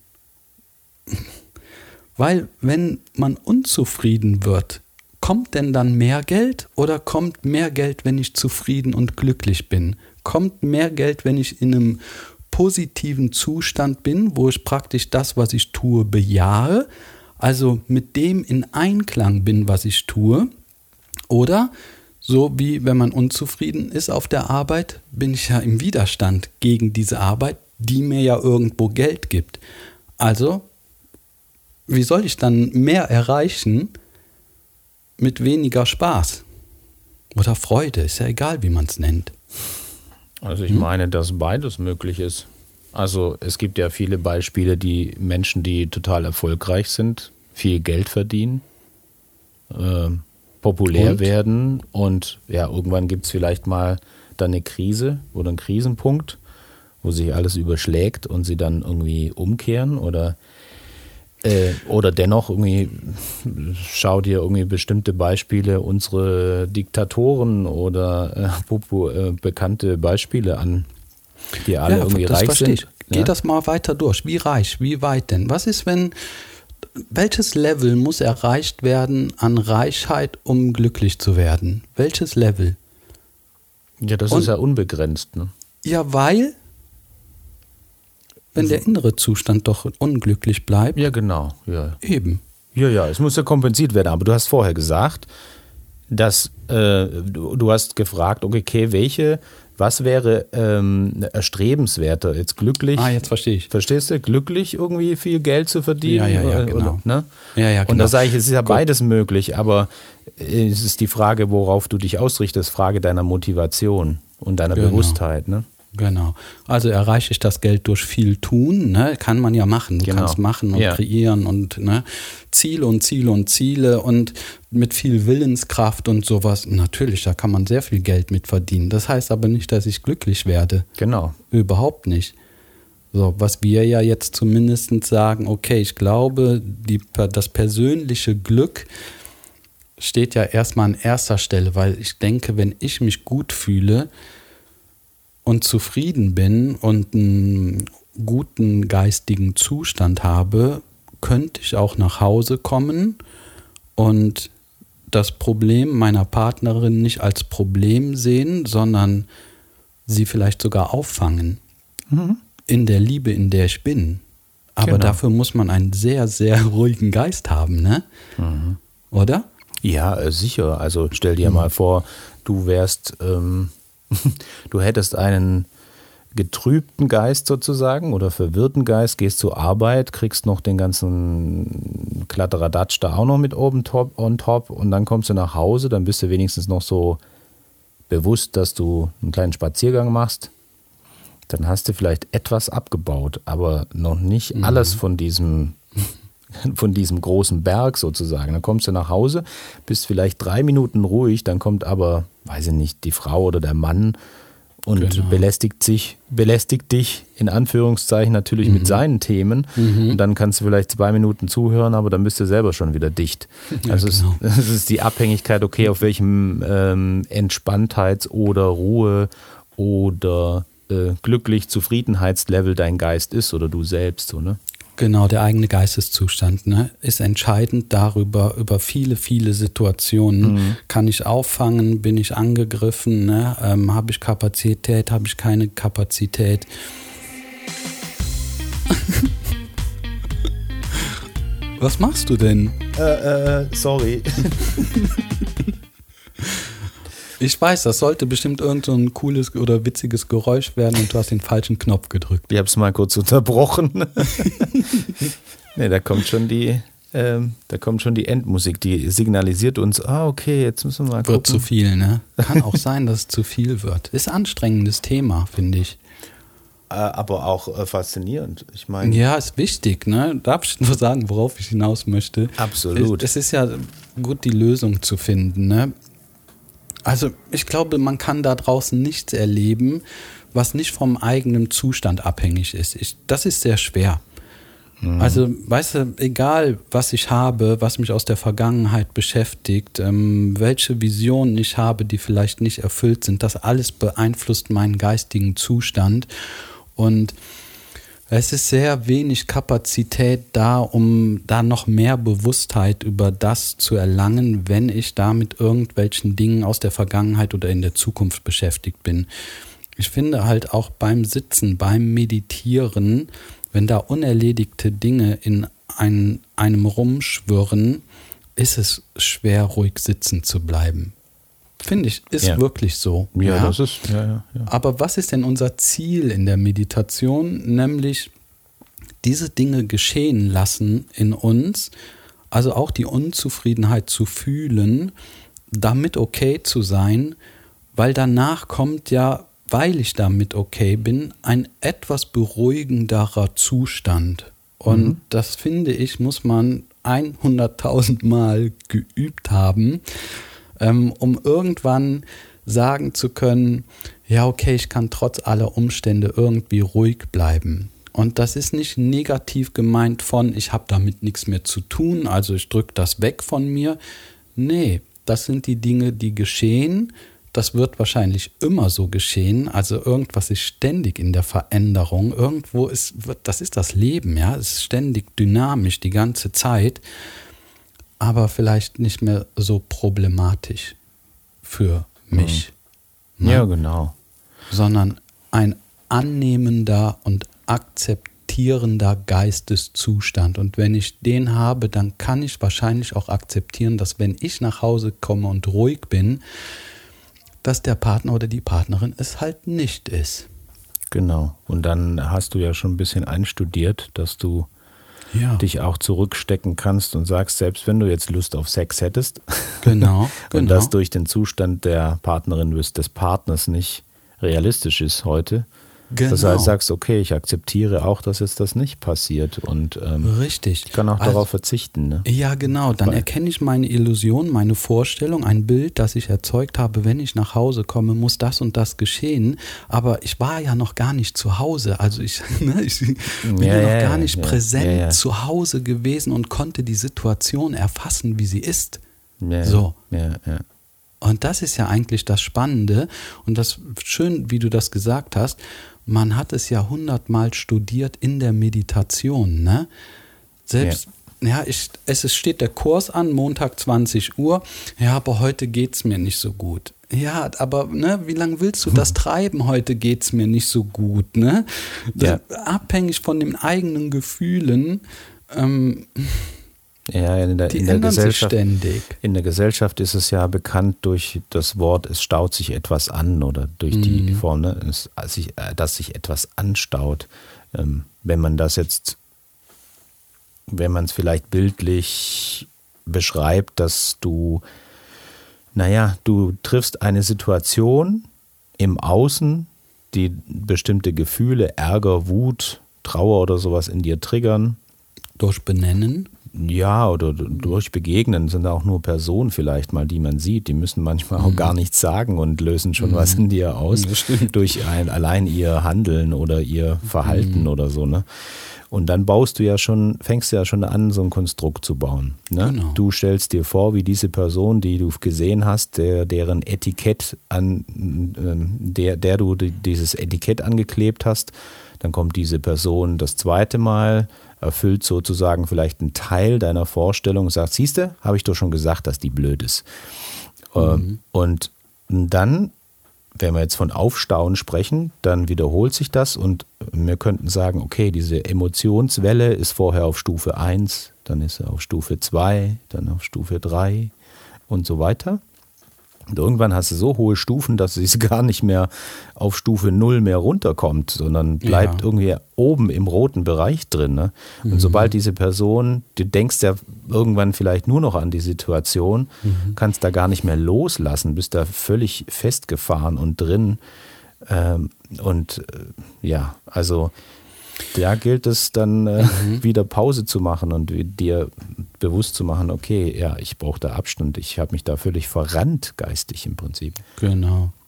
Weil wenn man unzufrieden wird, kommt denn dann mehr Geld oder kommt mehr Geld, wenn ich zufrieden und glücklich bin? Kommt mehr Geld, wenn ich in einem positiven Zustand bin, wo ich praktisch das, was ich tue, bejahe, also mit dem in Einklang bin, was ich tue? Oder so wie wenn man unzufrieden ist auf der Arbeit, bin ich ja im Widerstand gegen diese Arbeit, die mir ja irgendwo Geld gibt. Also, wie soll ich dann mehr erreichen mit weniger Spaß? Oder Freude, ist ja egal, wie man es nennt. Also ich meine, dass beides möglich ist. Also es gibt ja viele Beispiele, die Menschen, die total erfolgreich sind, viel Geld verdienen, äh, populär Und? werden und ja, irgendwann gibt es vielleicht mal dann eine Krise oder einen Krisenpunkt, wo sich alles überschlägt und sie dann irgendwie umkehren oder Äh, oder dennoch irgendwie, schau dir irgendwie bestimmte Beispiele, unsere Diktatoren oder äh, popu, äh, bekannte Beispiele an, die alle ja, irgendwie das reich verstehe sind. Ich. Geh Ja? das mal weiter durch. Wie reich? Wie weit denn? Was ist, wenn, welches Level muss erreicht werden an Reichheit, um glücklich zu werden? Welches Level? Ja, das Und- ist ja unbegrenzt. Ne? Ja, weil, wenn der innere Zustand doch unglücklich bleibt, Ja, genau. Ja. eben. ja, ja, es muss ja kompensiert werden. Aber du hast vorher gesagt, dass äh, du, du hast gefragt, okay, welche, was wäre ähm, erstrebenswerter, jetzt glücklich? Ah, jetzt verstehe ich. Verstehst du? Glücklich irgendwie viel Geld zu verdienen? Ja, ja, ja, Oder- genau. Oder, ne? Ja, ja, Und genau. da sage ich, es ist ja Gut. beides möglich, aber es ist die Frage, worauf du dich ausrichtest, Frage deiner Motivation und deiner Genau. Bewusstheit. Ne? Genau. Also erreiche ich das Geld durch viel tun, ne? Kann man ja machen. Du Genau. kannst machen und Ja. kreieren und ne? Ziele und Ziele und Ziele und mit viel Willenskraft und sowas. Natürlich, da kann man sehr viel Geld mit verdienen. Das heißt aber nicht, dass ich glücklich werde. Genau. Überhaupt nicht. So, was wir ja jetzt zumindest sagen, okay, ich glaube, die, das persönliche Glück steht ja erstmal an erster Stelle, weil ich denke, wenn ich mich gut fühle und zufrieden bin und einen guten geistigen Zustand habe, könnte ich auch nach Hause kommen und das Problem meiner Partnerin nicht als Problem sehen, sondern sie vielleicht sogar auffangen. Mhm. In der Liebe, in der ich bin. Aber Genau. dafür muss man einen sehr, sehr ruhigen Geist haben, ne? Mhm. Oder? Ja, äh, sicher. Also stell dir mal vor, du wärst, ähm, du hättest einen getrübten Geist sozusagen oder verwirrten Geist, gehst zur Arbeit, kriegst noch den ganzen Kladderadatsch da auch noch mit oben top, on top und dann kommst du nach Hause, dann bist du wenigstens noch so bewusst, dass du einen kleinen Spaziergang machst. Dann hast du vielleicht etwas abgebaut, aber noch nicht Mhm. alles von diesem von diesem großen Berg sozusagen. Dann kommst du nach Hause, bist vielleicht drei Minuten ruhig, dann kommt aber, weiß ich nicht, die Frau oder der Mann und Genau. belästigt sich, belästigt dich in Anführungszeichen natürlich mit seinen Themen. Und dann kannst du vielleicht zwei Minuten zuhören, aber dann bist du selber schon wieder dicht. Ja, Also genau. es, es ist die Abhängigkeit, okay, auf welchem ähm, Entspanntheits- oder Ruhe- oder äh, glücklich Zufriedenheitslevel dein Geist ist oder du selbst, so, ne? Genau, der eigene Geisteszustand, ne, ist entscheidend darüber, über viele, viele Situationen. Mhm. Kann ich auffangen, bin ich angegriffen, ne, ähm, habe ich Kapazität, habe ich keine Kapazität. Was machst du denn? Äh, äh, sorry. Ich weiß, das sollte bestimmt irgend so ein cooles oder witziges Geräusch werden und du hast den falschen Knopf gedrückt. Ich habe es mal kurz unterbrochen. Ne, da kommt schon die, ähm, da kommt schon die Endmusik, die signalisiert uns, ah, okay, jetzt müssen wir mal gucken. Wird zu viel, ne? Kann auch sein, dass es zu viel wird. Ist ein anstrengendes Thema, finde ich. Äh, aber auch äh, faszinierend. Ich meine, Ja, ist wichtig, ne? Darf ich nur sagen, worauf ich hinaus möchte? Absolut. Es, es ist ja gut, die Lösung zu finden, ne? Also ich glaube, man kann da draußen nichts erleben, was nicht vom eigenen Zustand abhängig ist. Ich, das ist sehr schwer. Also, weißt du, egal was ich habe, was mich aus der Vergangenheit beschäftigt, ähm, welche Visionen ich habe, die vielleicht nicht erfüllt sind, das alles beeinflusst meinen geistigen Zustand. Und es ist sehr wenig Kapazität da, um da noch mehr Bewusstheit über das zu erlangen, wenn ich da mit irgendwelchen Dingen aus der Vergangenheit oder in der Zukunft beschäftigt bin. Ich finde halt auch beim Sitzen, beim Meditieren, wenn da unerledigte Dinge in ein, einem rumschwirren, ist es schwer, ruhig sitzen zu bleiben. Finde ich, ist ja. wirklich so. Ja, ja. das ist, ja, ja, ja. Aber was ist denn unser Ziel in der Meditation? Nämlich diese Dinge geschehen lassen in uns, also auch die Unzufriedenheit zu fühlen, damit okay zu sein, weil danach kommt ja, weil ich damit okay bin, ein etwas beruhigenderer Zustand. Und mhm. das, finde ich, muss man hunderttausend Mal geübt haben, ähm, um irgendwann sagen zu können, ja okay, ich kann trotz aller Umstände irgendwie ruhig bleiben. Und das ist nicht negativ gemeint von, ich habe damit nichts mehr zu tun, also ich drücke das weg von mir. Nee, das sind die Dinge, die geschehen. Das wird wahrscheinlich immer so geschehen. Also irgendwas ist ständig in der Veränderung. Irgendwo ist, das ist das Leben, ja. Es ist ständig dynamisch die ganze Zeit, aber vielleicht nicht mehr so problematisch für mich. Mhm. Ja, genau. Sondern ein annehmender und akzeptierender Geisteszustand. Und wenn ich den habe, dann kann ich wahrscheinlich auch akzeptieren, dass wenn ich nach Hause komme und ruhig bin, dass der Partner oder die Partnerin es halt nicht ist. Genau. Und dann hast du ja schon ein bisschen einstudiert, dass du ja. dich auch zurückstecken kannst und sagst, selbst wenn du jetzt Lust auf Sex hättest, genau, und genau. das durch den Zustand der Partnerin des Partners nicht realistisch ist heute, genau. dass du halt sagst, okay, ich akzeptiere auch, dass jetzt das nicht passiert und ähm, richtig. ich kann auch also, darauf verzichten. Ne? Ja, genau. Dann Weil, erkenne ich meine Illusion, meine Vorstellung, ein Bild, das ich erzeugt habe, wenn ich nach Hause komme, muss das und das geschehen. Aber ich war ja noch gar nicht zu Hause. Also ich, ne, ich bin ja, ja noch gar nicht ja, präsent ja, ja. zu Hause gewesen und konnte die Situation erfassen, wie sie ist. Ja, so. Ja, ja. Und das ist ja eigentlich das Spannende und das schön, wie du das gesagt hast. Man hat es ja hundertmal studiert in der Meditation, ne? Selbst, ja, ja ich, es steht der Kurs an, Montag zwanzig Uhr, ja, aber heute geht's mir nicht so gut. Ja, aber ne, wie lange willst du das treiben? Heute geht's mir nicht so gut, ne? Ja. Abhängig von den eigenen Gefühlen, ähm, Ja, in der, die in der ändern Gesellschaft, sich ständig. In der Gesellschaft ist es ja bekannt durch das Wort, es staut sich etwas an oder durch mhm. die Form, ne, es, dass sich etwas anstaut. Ähm, wenn man das jetzt, wenn man es vielleicht bildlich beschreibt, dass du, naja, du triffst eine Situation im Außen, die bestimmte Gefühle, Ärger, Wut, Trauer oder sowas in dir triggern. Durch Benennen? Ja, oder durch Begegnen sind auch nur Personen vielleicht mal, die man sieht. Die müssen manchmal auch mhm. gar nichts sagen und lösen schon mhm. was in dir aus. Durch ein, allein ihr Handeln oder ihr Verhalten mhm. oder so. Ne? Und dann baust du ja schon, fängst du ja schon an, so ein Konstrukt zu bauen. Ne? Genau. Du stellst dir vor, wie diese Person, die du gesehen hast, der, deren Etikett an, der, der du dieses Etikett angeklebt hast, dann kommt diese Person das zweite Mal, erfüllt sozusagen vielleicht einen Teil deiner Vorstellung und sagt, siehst du, habe ich doch schon gesagt, dass die blöd ist. Mhm. Und dann, wenn wir jetzt von Aufstauen sprechen, dann wiederholt sich das und wir könnten sagen, okay, diese Emotionswelle ist vorher auf Stufe eins, dann ist sie auf Stufe zwei, dann auf Stufe drei und so weiter. Und irgendwann hast du so hohe Stufen, dass es gar nicht mehr auf Stufe null mehr runterkommt, sondern bleibt ja. irgendwie oben im roten Bereich drin. Ne? Und mhm. sobald diese Person, du denkst ja irgendwann vielleicht nur noch an die Situation, mhm. kannst da gar nicht mehr loslassen, bist da völlig festgefahren und drin. Ähm, und äh, ja, also da gilt es dann äh, mhm. wieder Pause zu machen und dir bewusst zu machen, okay, ja, ich brauche da Abstand, ich habe mich da völlig verrannt geistig im Prinzip. Genau.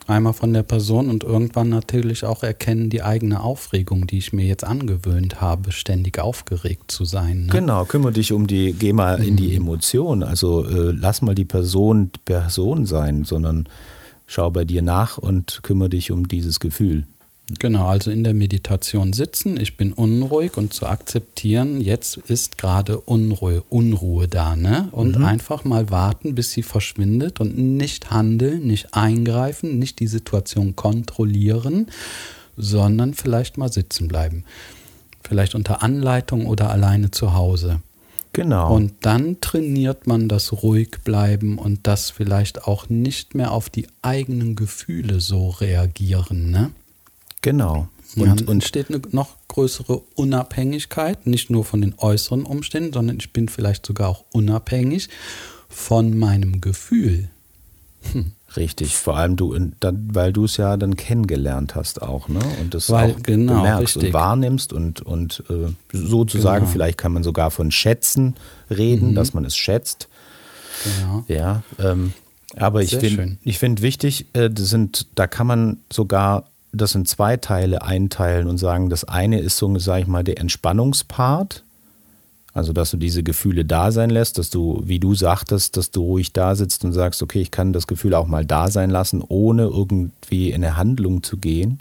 Einmal von der Person und irgendwann natürlich auch erkennen die eigene Aufregung, die ich mir jetzt angewöhnt habe, ständig aufgeregt zu sein. Ne? Genau, kümmere dich um die, geh mal in die Emotion. Also äh, lass mal die Person Person sein, sondern schau bei dir nach und kümmere dich um dieses Gefühl. Genau, also in der Meditation sitzen, ich bin unruhig und zu akzeptieren, jetzt ist gerade Unruhe, Unruhe da, ne? Und mhm. einfach mal warten, bis sie verschwindet und nicht handeln, nicht eingreifen, nicht die Situation kontrollieren, sondern vielleicht mal sitzen bleiben. Vielleicht unter Anleitung oder alleine zu Hause. Genau. Und dann trainiert man das ruhig bleiben und das vielleicht auch nicht mehr auf die eigenen Gefühle so reagieren, ne? Genau. Und, ja, und entsteht eine noch größere Unabhängigkeit, nicht nur von den äußeren Umständen, sondern ich bin vielleicht sogar auch unabhängig von meinem Gefühl. Hm. Richtig, vor allem du, dann, weil du es ja dann kennengelernt hast auch, ne? Und das weil, auch genau, bemerkst richtig. und wahrnimmst und, und äh, sozusagen, genau. vielleicht kann man sogar von Schätzen reden, mhm. dass man es schätzt. Genau. Ja, ähm, aber Sehr ich finde ich find wichtig, äh, das sind, da kann man sogar das in zwei Teile einteilen und sagen, das eine ist so, sage ich mal, der Entspannungspart, also dass du diese Gefühle da sein lässt, dass du, wie du sagtest, dass du ruhig da sitzt und sagst, okay, ich kann das Gefühl auch mal da sein lassen, ohne irgendwie in eine Handlung zu gehen.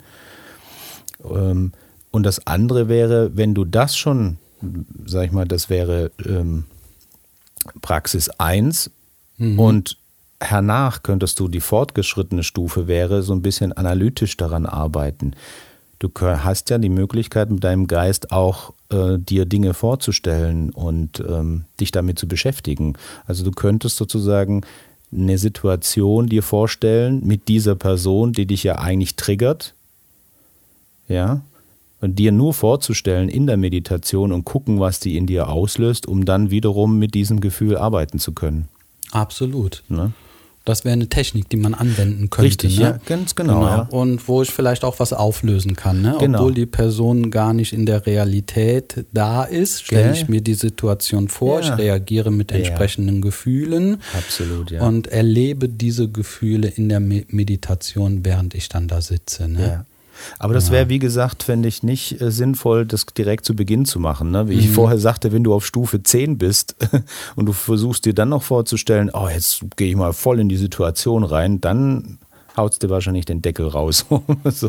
Und das andere wäre, wenn du das schon, sag ich mal, das wäre ähm, Praxis eins mhm. und hernach könntest du, die fortgeschrittene Stufe wäre, so ein bisschen analytisch daran arbeiten. Du hast ja die Möglichkeit, mit deinem Geist auch äh, dir Dinge vorzustellen und ähm, dich damit zu beschäftigen. Also du könntest sozusagen eine Situation dir vorstellen mit dieser Person, die dich ja eigentlich triggert, ja, und dir nur vorzustellen in der Meditation und gucken, was die in dir auslöst, um dann wiederum mit diesem Gefühl arbeiten zu können. Absolut. Ne? Das wäre eine Technik, die man anwenden könnte. Richtig, ne? ja, ganz genau. genau. Ja. Und wo ich vielleicht auch was auflösen kann. Ne? Genau. Obwohl die Person gar nicht in der Realität da ist, stelle Okay. ich mir die Situation vor, Ja. ich reagiere mit Ja. entsprechenden Gefühlen Absolut, ja. und erlebe diese Gefühle in der Me- Meditation, während ich dann da sitze. Ne? Ja. Aber das Ja. wäre, wie gesagt, fände ich nicht äh, sinnvoll, das direkt zu Beginn zu machen. Ne? Wie Mhm. ich vorher sagte, wenn du auf Stufe zehn bist und du versuchst dir dann noch vorzustellen, oh, jetzt gehe ich mal voll in die Situation rein, dann haut's dir wahrscheinlich den Deckel raus. so.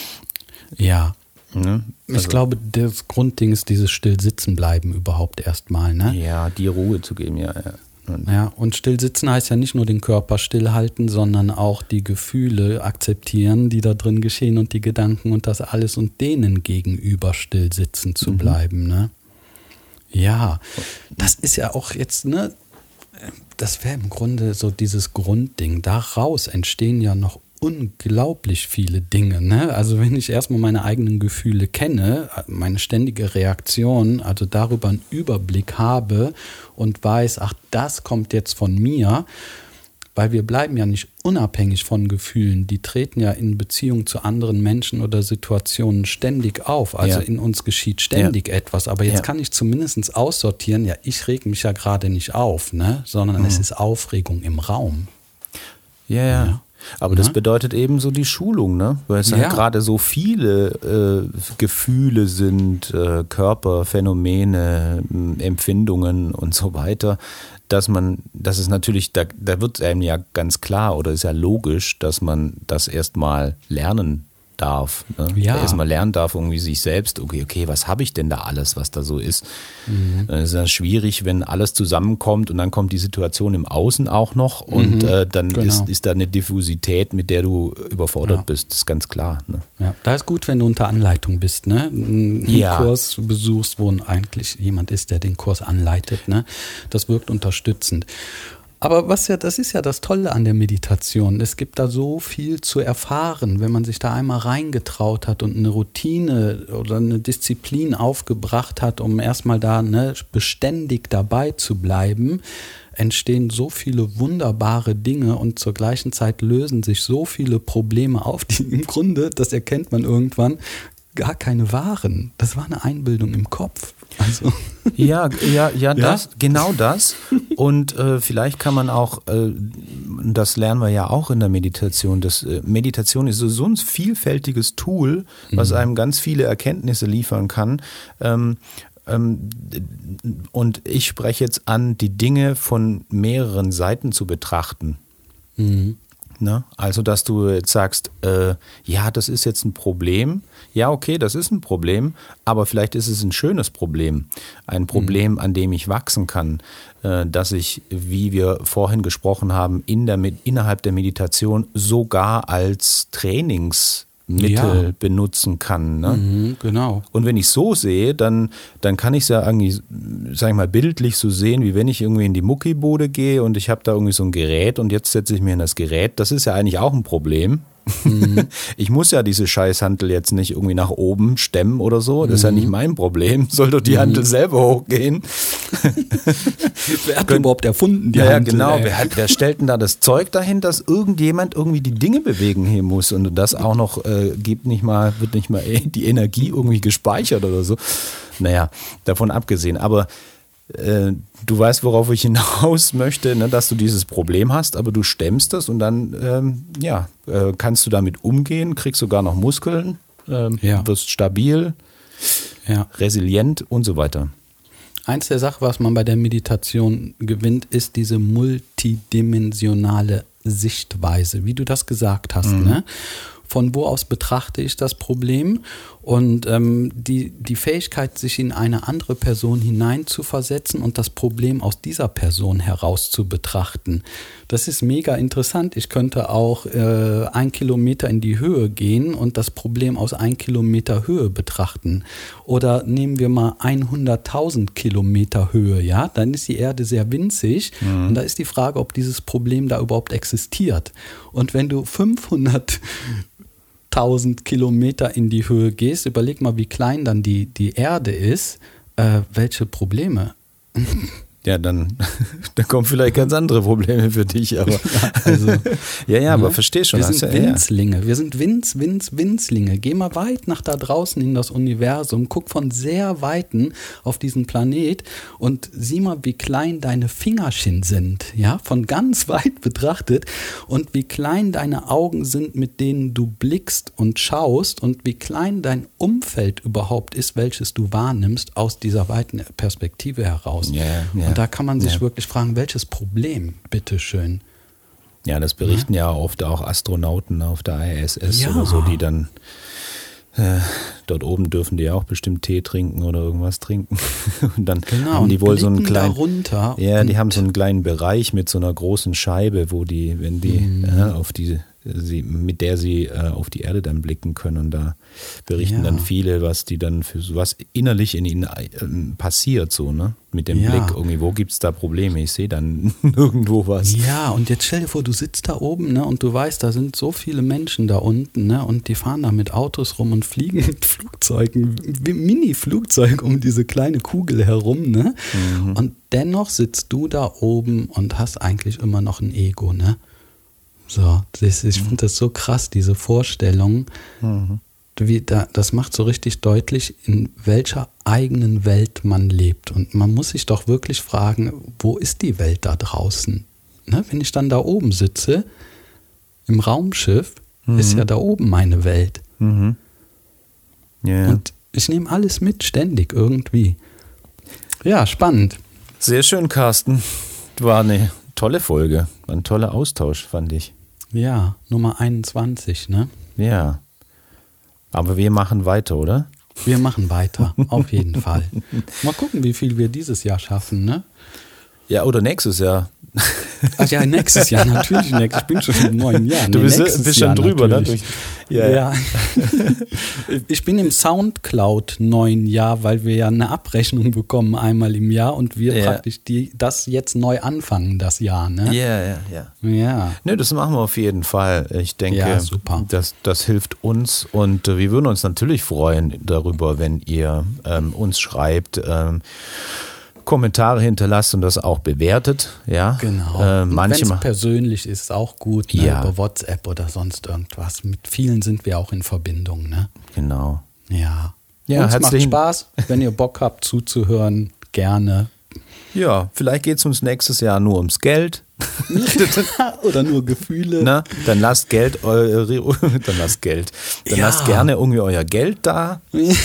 Ja. Ne? Ich Also, glaube, das Grundding ist dieses Still-Sitzen-Bleiben überhaupt erstmal. Ne? ja, die Ruhe zu geben, ja. ja. Und Ja, und Stillsitzen heißt ja nicht nur den Körper stillhalten, sondern auch die Gefühle akzeptieren, die da drin geschehen und die Gedanken und das alles und denen gegenüber still sitzen zu Mhm. bleiben, ne? Ja, das ist ja auch jetzt, ne, das wäre im Grunde so dieses Grundding. Daraus entstehen ja noch unglaublich viele Dinge, ne? Also wenn ich erstmal meine eigenen Gefühle kenne, meine ständige Reaktion, also darüber einen Überblick habe und weiß, ach, das kommt jetzt von mir, weil wir bleiben ja nicht unabhängig von Gefühlen, die treten ja in Beziehung zu anderen Menschen oder Situationen ständig auf, also Ja. in uns geschieht ständig Ja. etwas, aber jetzt Ja. kann ich zumindest aussortieren, ja, ich reg mich ja gerade nicht auf, ne? Sondern Mhm. es ist Aufregung im Raum. Ja, ja. Ja. Aber das Ne? bedeutet eben so die Schulung, ne? Weil es Ja. halt gerade so viele äh, Gefühle sind, äh, Körperphänomene, m, Empfindungen und so weiter, dass man, das ist natürlich, da, da wird einem ja ganz klar oder ist ja logisch, dass man das erstmal lernen darf. Ne? Ja. Erstmal lernen darf, irgendwie sich selbst, okay, okay, was habe ich denn da alles, was da so ist? Mhm. Es ist ja schwierig, wenn alles zusammenkommt und dann kommt die Situation im Außen auch noch und Mhm. äh, dann Genau. ist, ist da eine Diffusität, mit der du überfordert Ja. bist, das ist ganz klar. Ne? Ja, da ist gut, wenn du unter Anleitung bist, ne? Einen Ja. Kurs besuchst, wo eigentlich jemand ist, der den Kurs anleitet, ne? Das wirkt unterstützend. Aber was ja, das ist ja das Tolle an der Meditation. Es gibt da so viel zu erfahren, wenn man sich da einmal reingetraut hat und eine Routine oder eine Disziplin aufgebracht hat, um erstmal da ne, beständig dabei zu bleiben, entstehen so viele wunderbare Dinge und zur gleichen Zeit lösen sich so viele Probleme auf, die im Grunde, das erkennt man irgendwann, gar keine waren. Das war eine Einbildung im Kopf. Also Ja, ja, ja, das, genau das. Und äh, vielleicht kann man auch, äh, das lernen wir ja auch in der Meditation. Das, äh, Meditation ist so, so ein vielfältiges Tool, was mhm. einem ganz viele Erkenntnisse liefern kann. Ähm, ähm, und ich spreche jetzt an, die Dinge von mehreren Seiten zu betrachten. Mhm. Ne? Also, dass du jetzt sagst, äh, ja, das ist jetzt ein Problem. Ja, okay, das ist ein Problem, aber vielleicht ist es ein schönes Problem. Ein Problem, mhm. an dem ich wachsen kann, äh, dass ich, wie wir vorhin gesprochen haben, in der, innerhalb der Meditation sogar als Trainingsmittel ja. benutzen kann. Ne? Mhm, genau. Und wenn ich so sehe, dann, dann kann ich es ja irgendwie, sag ich mal, bildlich so sehen, wie wenn ich irgendwie in die Muckibude gehe und ich habe da irgendwie so ein Gerät und jetzt setze ich mir in das Gerät. Das ist ja eigentlich auch ein Problem. Mhm. Ich muss ja diese Scheißhantel jetzt nicht irgendwie nach oben stemmen oder so. Das mhm. ist ja nicht mein Problem. Soll doch die mhm. Hantel selber hochgehen. Wer hat überhaupt erfunden, die ja, Hantel? Ja, genau. Wer, hat, wer stellt denn da das Zeug dahin, dass irgendjemand irgendwie die Dinge bewegen hier muss und das auch noch äh, gibt nicht mal, wird nicht mal die Energie irgendwie gespeichert oder so. Naja, davon abgesehen. Aber äh, du weißt, worauf ich hinaus möchte, ne, dass du dieses Problem hast, aber du stemmst das und dann ähm, ja, äh, kannst du damit umgehen, kriegst sogar noch Muskeln, ähm, ja. wirst stabil, ja. resilient und so weiter. Eins der Sachen, was man bei der Meditation gewinnt, ist diese multidimensionale Sichtweise, wie du das gesagt hast. Mhm. Ne? Von wo aus betrachte ich das Problem? Und ähm, die, die Fähigkeit, sich in eine andere Person hineinzuversetzen und das Problem aus dieser Person heraus zu betrachten. Das ist mega interessant. Ich könnte auch äh, ein Kilometer in die Höhe gehen und das Problem aus ein Kilometer Höhe betrachten. Oder nehmen wir mal hunderttausend Kilometer Höhe, ja, dann ist die Erde sehr winzig mhm. und da ist die Frage, ob dieses Problem da überhaupt existiert. Und wenn du fünfhunderttausend Kilometer in die Höhe gehst, überleg mal, wie klein dann die, die Erde ist, äh, welche Probleme? Ja, dann, dann kommen vielleicht ganz andere Probleme für dich. Aber also, ja, ja, aber ne? versteh schon. Wir sind ja, Winzlinge, ja. wir sind Winz, Winz, Winzlinge. Geh mal weit nach da draußen in das Universum, guck von sehr Weiten auf diesen Planet und sieh mal, wie klein deine Fingerchen sind, ja, von ganz weit betrachtet und wie klein deine Augen sind, mit denen du blickst und schaust und wie klein dein Umfeld überhaupt ist, welches du wahrnimmst aus dieser weiten Perspektive heraus. Ja, ja. Und da kann man sich ja. wirklich fragen, welches Problem, bitteschön. Ja, das berichten ja, ja oft auch Astronauten auf der I S S ja. oder so, die dann äh, dort oben dürfen die auch bestimmt Tee trinken oder irgendwas trinken. Und dann genau, haben die wohl so einen kleinen, runter ja, die haben so einen kleinen Bereich mit so einer großen Scheibe, wo die, wenn die mhm. äh, auf die Sie, mit der sie äh, auf die Erde dann blicken können. Und da berichten ja. dann viele, was die dann für was innerlich in ihnen äh, passiert, so, ne? Mit dem ja. Blick, irgendwie, wo gibt es da Probleme? Ich sehe dann nirgendwo was. Ja, und jetzt stell dir vor, du sitzt da oben, ne, und du weißt, da sind so viele Menschen da unten, ne, und die fahren da mit Autos rum und fliegen mit Flugzeugen, wie Mini-Flugzeug um diese kleine Kugel herum, ne? Mhm. Und dennoch sitzt du da oben und hast eigentlich immer noch ein Ego, ne? So, das, ich finde das so krass, diese Vorstellung, mhm. wie da, das macht so richtig deutlich, in welcher eigenen Welt man lebt. Und man muss sich doch wirklich fragen, wo ist die Welt da draußen? Ne? Wenn ich dann da oben sitze, im Raumschiff, mhm. ist ja da oben meine Welt. Mhm. Yeah. Und ich nehme alles mit, ständig, irgendwie. Ja, spannend. Sehr schön, Carsten. War eine tolle Folge, ein toller Austausch, fand ich. Ja, Nummer einundzwanzig, ne? Ja, aber wir machen weiter, oder? Wir machen weiter, auf jeden Fall. Mal gucken, wie viel wir dieses Jahr schaffen, ne? Ja, oder nächstes Jahr. Ach ja, nächstes Jahr, natürlich. Ich bin schon im neuen Jahr. Du bist, bist schon Jahr drüber, natürlich. ne? Ja, ja. Ich bin im Soundcloud neuen Jahr, weil wir ja eine Abrechnung bekommen einmal im Jahr und wir ja. praktisch die, das jetzt neu anfangen, das Jahr, ne? Ja, ja, ja. Ja. Ne, das machen wir auf jeden Fall. Ich denke, ja, super. Das, das hilft uns und äh, wir würden uns natürlich freuen darüber, wenn ihr ähm, uns schreibt, ähm, Kommentare hinterlasst und das auch bewertet. Ja, genau. Äh, wenn es persönlich ist, auch gut, ne? Ja. Über WhatsApp oder sonst irgendwas. Mit vielen sind wir auch in Verbindung. Ne? Genau. Ja. Ja, uns macht herzlichen Spaß. Wenn ihr Bock habt zuzuhören, gerne. Ja, vielleicht geht es uns nächstes Jahr nur ums Geld. Oder nur Gefühle. Na, dann lasst Geld, eure, dann lasst Geld. Dann Ja. lasst gerne irgendwie euer Geld da.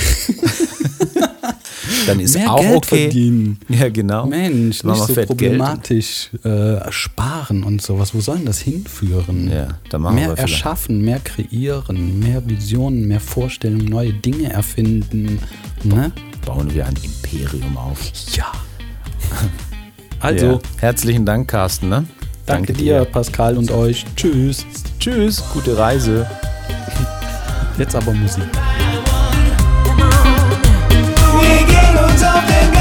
Dann ist Mehr auch Geld okay. verdienen. Ja, genau. Mensch, Machen nicht wir so fett problematisch äh, sparen und sowas. Wo soll denn das hinführen? Ja, da machen mehr wir vielleicht. erschaffen, mehr kreieren, mehr Visionen, mehr Vorstellungen, neue Dinge erfinden. Ne? Bauen wir ein Imperium auf. Ja. Also, Ja. Herzlichen Dank, Carsten. Ne? danke, dir, Pascal, und euch. Tschüss. Tschüss, gute Reise. Jetzt aber Musik. Wir gehen uns auf den